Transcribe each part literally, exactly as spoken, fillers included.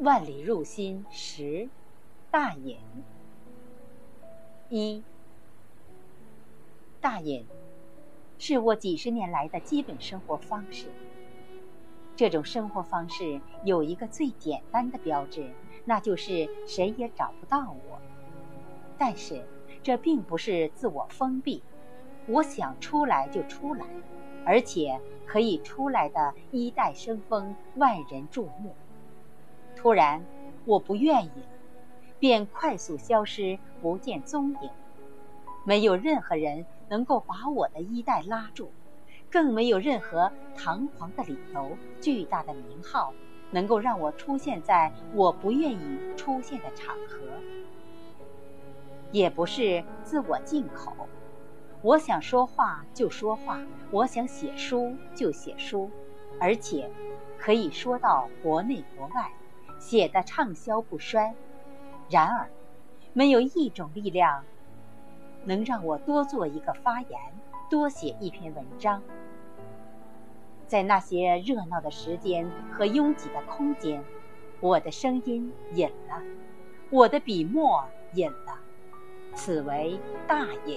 万里入心十，大隐。一，大隐是我几十年来的基本生活方式。这种生活方式有一个最简单的标志，那就是谁也找不到我。但是这并不是自我封闭，我想出来就出来，而且可以出来的衣带生风，万人注目。突然我不愿意了，便快速消失，不见踪影。没有任何人能够把我的衣带拉住，更没有任何堂皇的理由、巨大的名号能够让我出现在我不愿意出现的场合。也不是自我进口，我想说话就说话，我想写书就写书，而且可以说到国内国外，写得畅销不衰。然而没有一种力量能让我多做一个发言，多写一篇文章。在那些热闹的时间和拥挤的空间，我的声音隐了，我的笔墨隐了，此为大隐。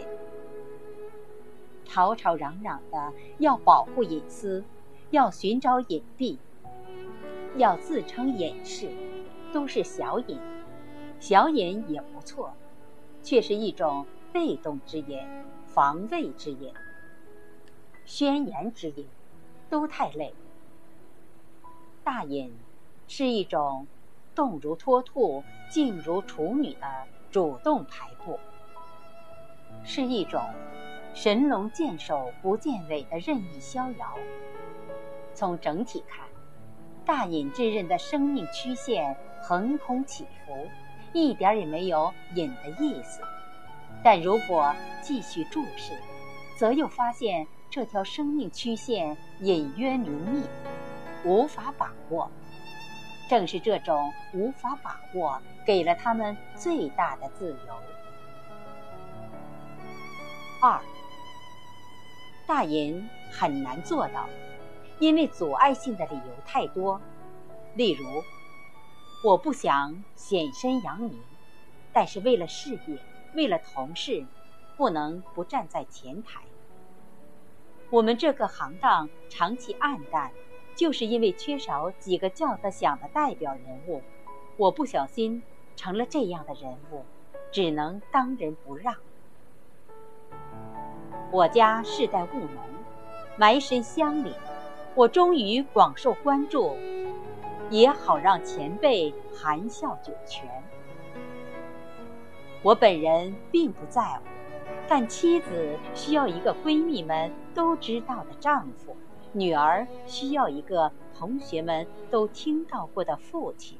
吵吵嚷嚷的要保护隐私，要寻找隐蔽，要自称隐士，都是小隐。小隐也不错，却是一种被动之隐、防卫之隐、宣言之隐，都太累。大隐是一种动如脱兔、静如处女的主动排布，是一种神龙见首不见尾的任意逍遥。从整体看，大隐之人的生命曲线横空起伏，一点也没有隐的意思。但如果继续注视，则又发现这条生命曲线隐约明密，无法把握。正是这种无法把握，给了他们最大的自由。二，大隐很难做到，因为阻碍性的理由太多。例如，我不想显身扬名，但是为了事业，为了同事，不能不站在前台。我们这个行当长期暗淡，就是因为缺少几个叫得响的代表人物。我不小心成了这样的人物，只能当仁不让。我家世代务农，埋身乡里，我终于广受关注，也好让前辈含笑九泉。我本人并不在乎，但妻子需要一个闺蜜们都知道的丈夫，女儿需要一个同学们都听到过的父亲。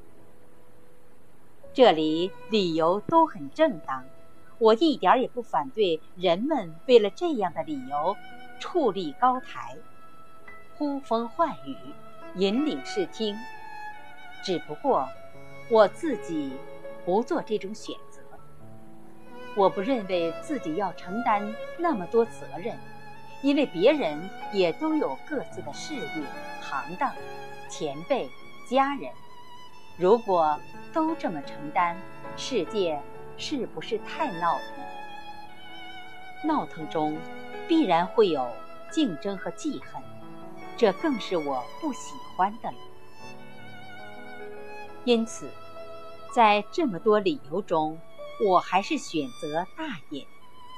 这里理由都很正当，我一点也不反对人们为了这样的理由矗立高台，呼风唤雨，引领视听。只不过我自己不做这种选择，我不认为自己要承担那么多责任，因为别人也都有各自的事业、行当、前辈、家人。如果都这么承担，世界是不是太闹腾？闹腾中必然会有竞争和记恨，这更是我不喜欢的了。因此，在这么多理由中，我还是选择大隐。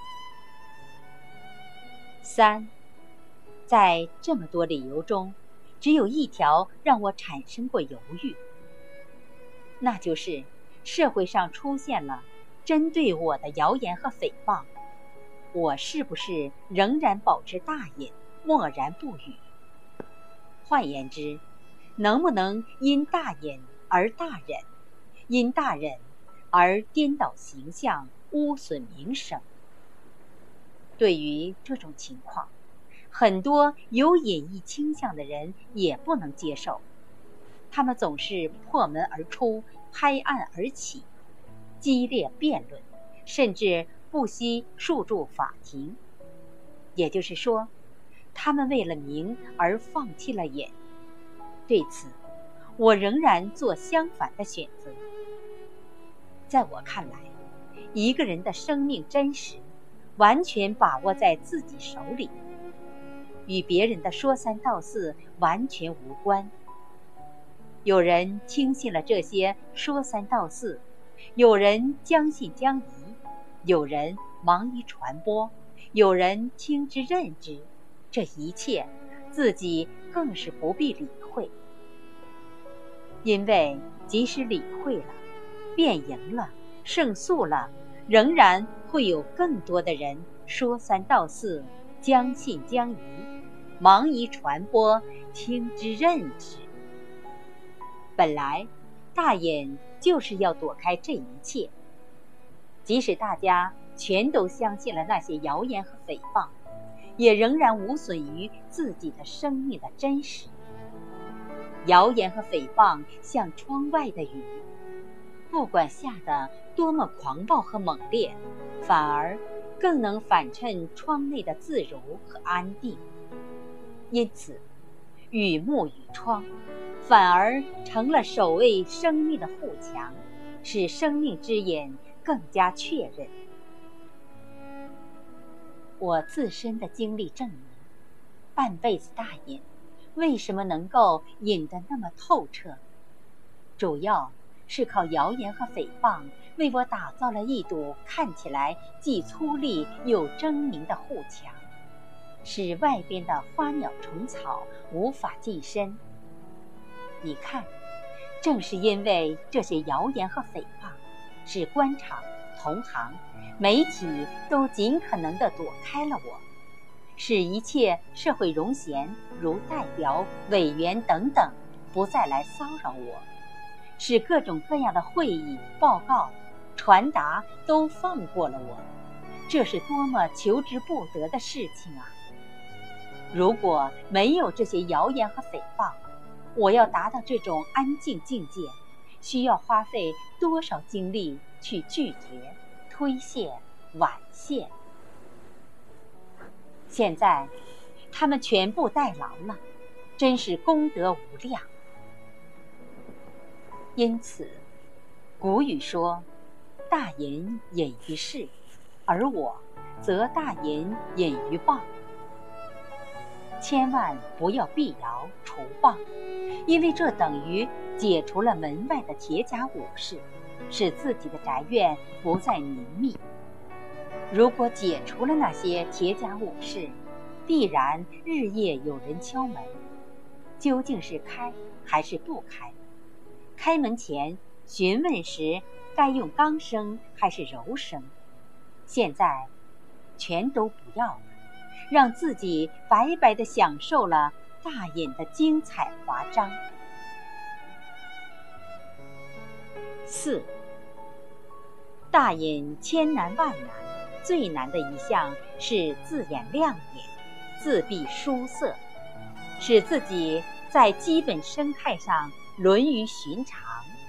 三，在这么多理由中，只有一条让我产生过犹豫，那就是社会上出现了针对我的谣言和诽谤，我是不是仍然保持大隐，默然不语？换言之，能不能因大隐而大忍，因大忍而颠倒形象，污损名声？对于这种情况，很多有隐逸倾向的人也不能接受，他们总是破门而出，拍案而起，激烈辩论，甚至不惜诉诸法庭。也就是说，他们为了名而放弃了隐。对此， 我仍然做相反的选择。在我看来，一个人的生命真实，完全把握在自己手里，与别人的说三道四完全无关。有人轻信了这些说三道四，有人将信将疑，有人忙于传播，有人听之任之，这一切自己更是不必理会。因为即使理会了，辩赢了，胜诉了，仍然会有更多的人说三道四，将信将疑，忙于传播，听之任之。本来大隐就是要躲开这一切，即使大家全都相信了那些谣言和诽谤，也仍然无损于自己的生命的真实。谣言和诽谤像窗外的雨，不管下得多么狂暴和猛烈，反而更能反衬窗内的自如和安定。因此，雨幕与窗反而成了守卫生命的护墙，使生命之眼更加确认。我自身的经历证明，半辈子大隐为什么能够隐得那么透彻，主要是靠谣言和诽谤为我打造了一堵看起来既粗粝又狰狞的护墙，使外边的花鸟虫草无法近身。你看，正是因为这些谣言和诽谤，使官场、同行、媒体都尽可能地躲开了我，使一切社会荣贤如代表、委员等等不再来骚扰我，使各种各样的会议、报告、传达都放过了我。这是多么求之不得的事情啊！如果没有这些谣言和诽谤，我要达到这种安静境界，需要花费多少精力去拒绝、推卸、婉谢？现在他们全部代劳了，真是功德无量。因此古语说，大隐隐于市，而我则大隐隐于谤。千万不要辟谣除谤，因为这等于解除了门外的铁甲武士，使自己的宅院不再宁谧。如果解除了那些铁甲武士，必然日夜有人敲门，究竟是开还是不开？开门前询问时该用刚声还是柔声？现在全都不要了，让自己白白地享受了大隐的精彩华章。四，大隐千难万难，最难的一项是字眼亮眼，字壁疏色，使自己在基本生态上沦于寻常。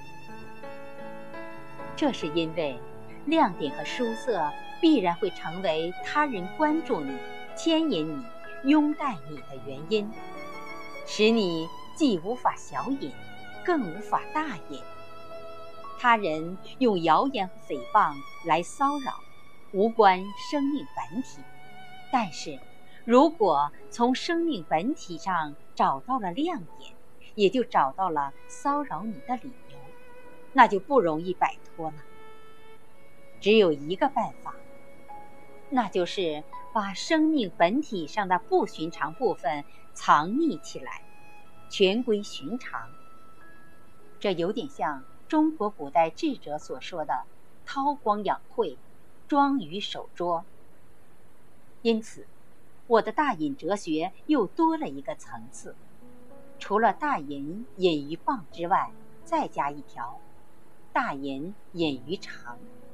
这是因为亮点和疏色必然会成为他人关注你、牵引你、拥戴你的原因，使你既无法小隐，更无法大隐。他人用谣言和诽谤来骚扰，无关生命本体，但是如果从生命本体上找到了亮点，也就找到了骚扰你的理由，那就不容易摆脱了。只有一个办法，那就是把生命本体上的不寻常部分藏匿起来，全归寻常。这有点像中国古代智者所说的韬光养晦，庄于守拙。因此我的大隐哲学又多了一个层次，除了大隐隐于谤之外，再加一条大隐隐于常。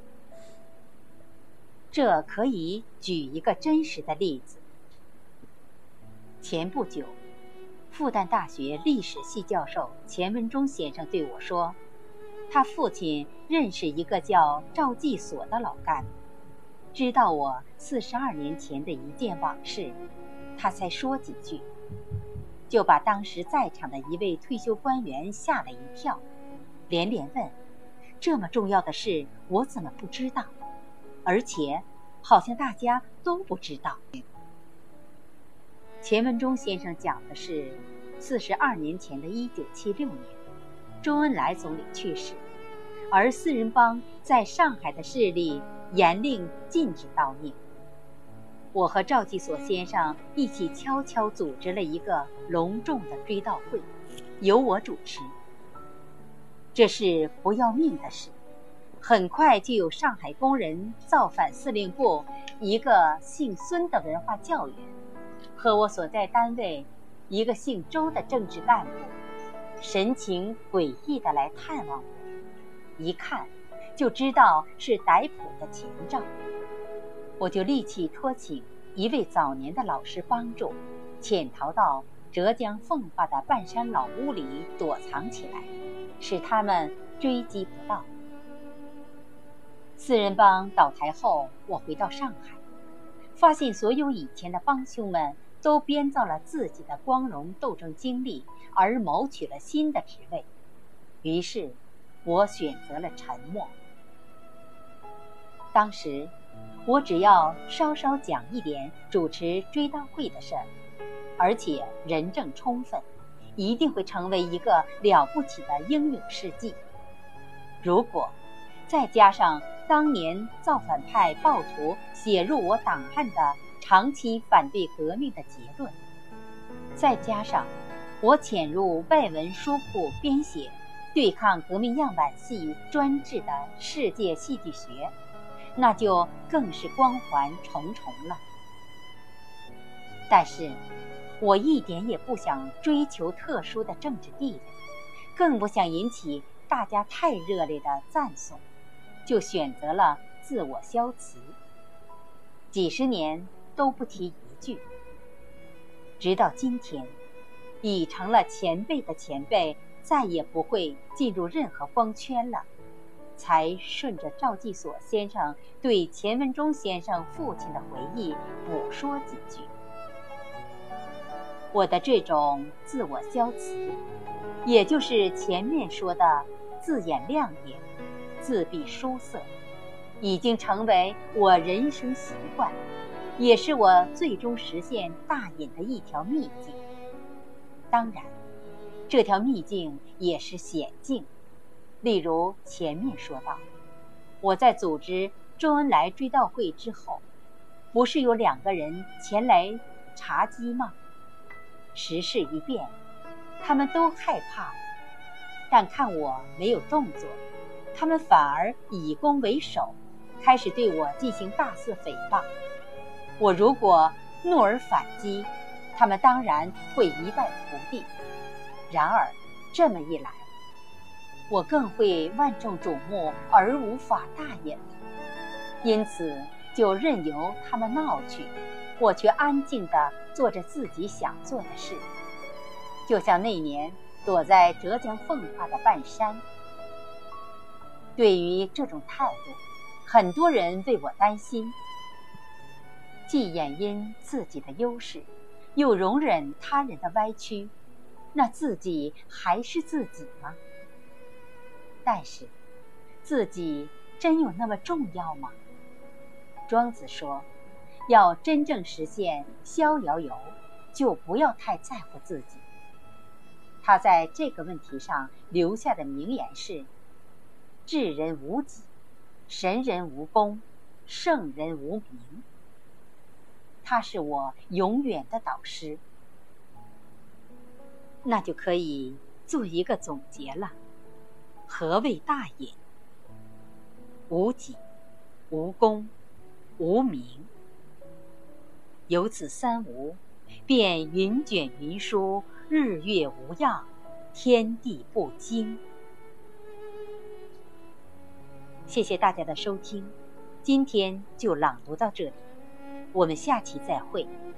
这可以举一个真实的例子。前不久，复旦大学历史系教授钱文忠先生对我说，他父亲认识一个叫赵继所的老干部，知道我四十二年前的一件往事，他才说几句。 就把当时在场的一位退休官员吓了一跳，连连问：这么重要的事我怎么不知道？而且好像大家都不知道。钱文忠先生讲的是四十二年前的一九七六年，周恩来总理去世，而四人帮在上海的势力严令禁止悼念。我和赵继所先生一起悄悄组织了一个隆重的追悼会，由我主持。这是不要命的事，很快就有上海工人造反司令部一个姓孙的文化教员和我所在单位一个姓周的政治干部神情诡异地来探望我，一看就知道是歹捕的前兆。我就立即托请一位早年的老师帮助，潜逃到浙江奉化的半山老屋里躲藏起来，使他们追击不到。四人帮倒台后，我回到上海，发现所有以前的帮凶们都编造了自己的光荣斗争经历，而谋取了新的职位。于是我选择了沉默。当时我只要稍稍讲一点主持追悼会的事儿，而且人证充分，一定会成为一个了不起的英勇事迹。如果再加上当年造反派暴徒写入我档案的长期反对革命的结论，再加上我潜入外文书库编写对抗革命样板戏专制的世界戏剧学，那就更是光环重重了。但是我一点也不想追求特殊的政治地位，更不想引起大家太热烈的赞颂，就选择了自我消辞，几十年都不提一句。直到今天，已成了前辈的前辈，再也不会进入任何光圈了，才顺着赵继所先生对钱文忠先生父亲的回忆补说几句。我的这种自我消辞，也就是前面说的字眼亮点，字笔书色，已经成为我人生习惯，也是我最终实现大隐的一条秘境。当然，这条秘境也是险境。例如前面说到，我在组织周恩来追悼会之后，不是有两个人前来查缉吗？时事一变，他们都害怕，但看我没有动作，他们反而以攻为守，开始对我进行大肆诽谤。我如果怒而反击，他们当然会一败涂地。然而这么一来，我更会万众瞩目而无法大隐了，因此就任由他们闹去，我却安静地做着自己想做的事。就像那年躲在浙江奉化的半山。对于这种态度，很多人为我担心，既掩因自己的优势，又容忍他人的歪曲，那自己还是自己吗？但是自己真有那么重要吗？庄子说，要真正实现逍遥游，就不要太在乎自己。他在这个问题上留下的名言是：智人无己，神人无功，圣人无名。他是我永远的导师。那就可以做一个总结了。何谓大隐？无己，无功，无名。有此三无，便云卷云舒，日月无恙，天地不惊。谢谢大家的收听，今天就朗读到这里，我们下期再会。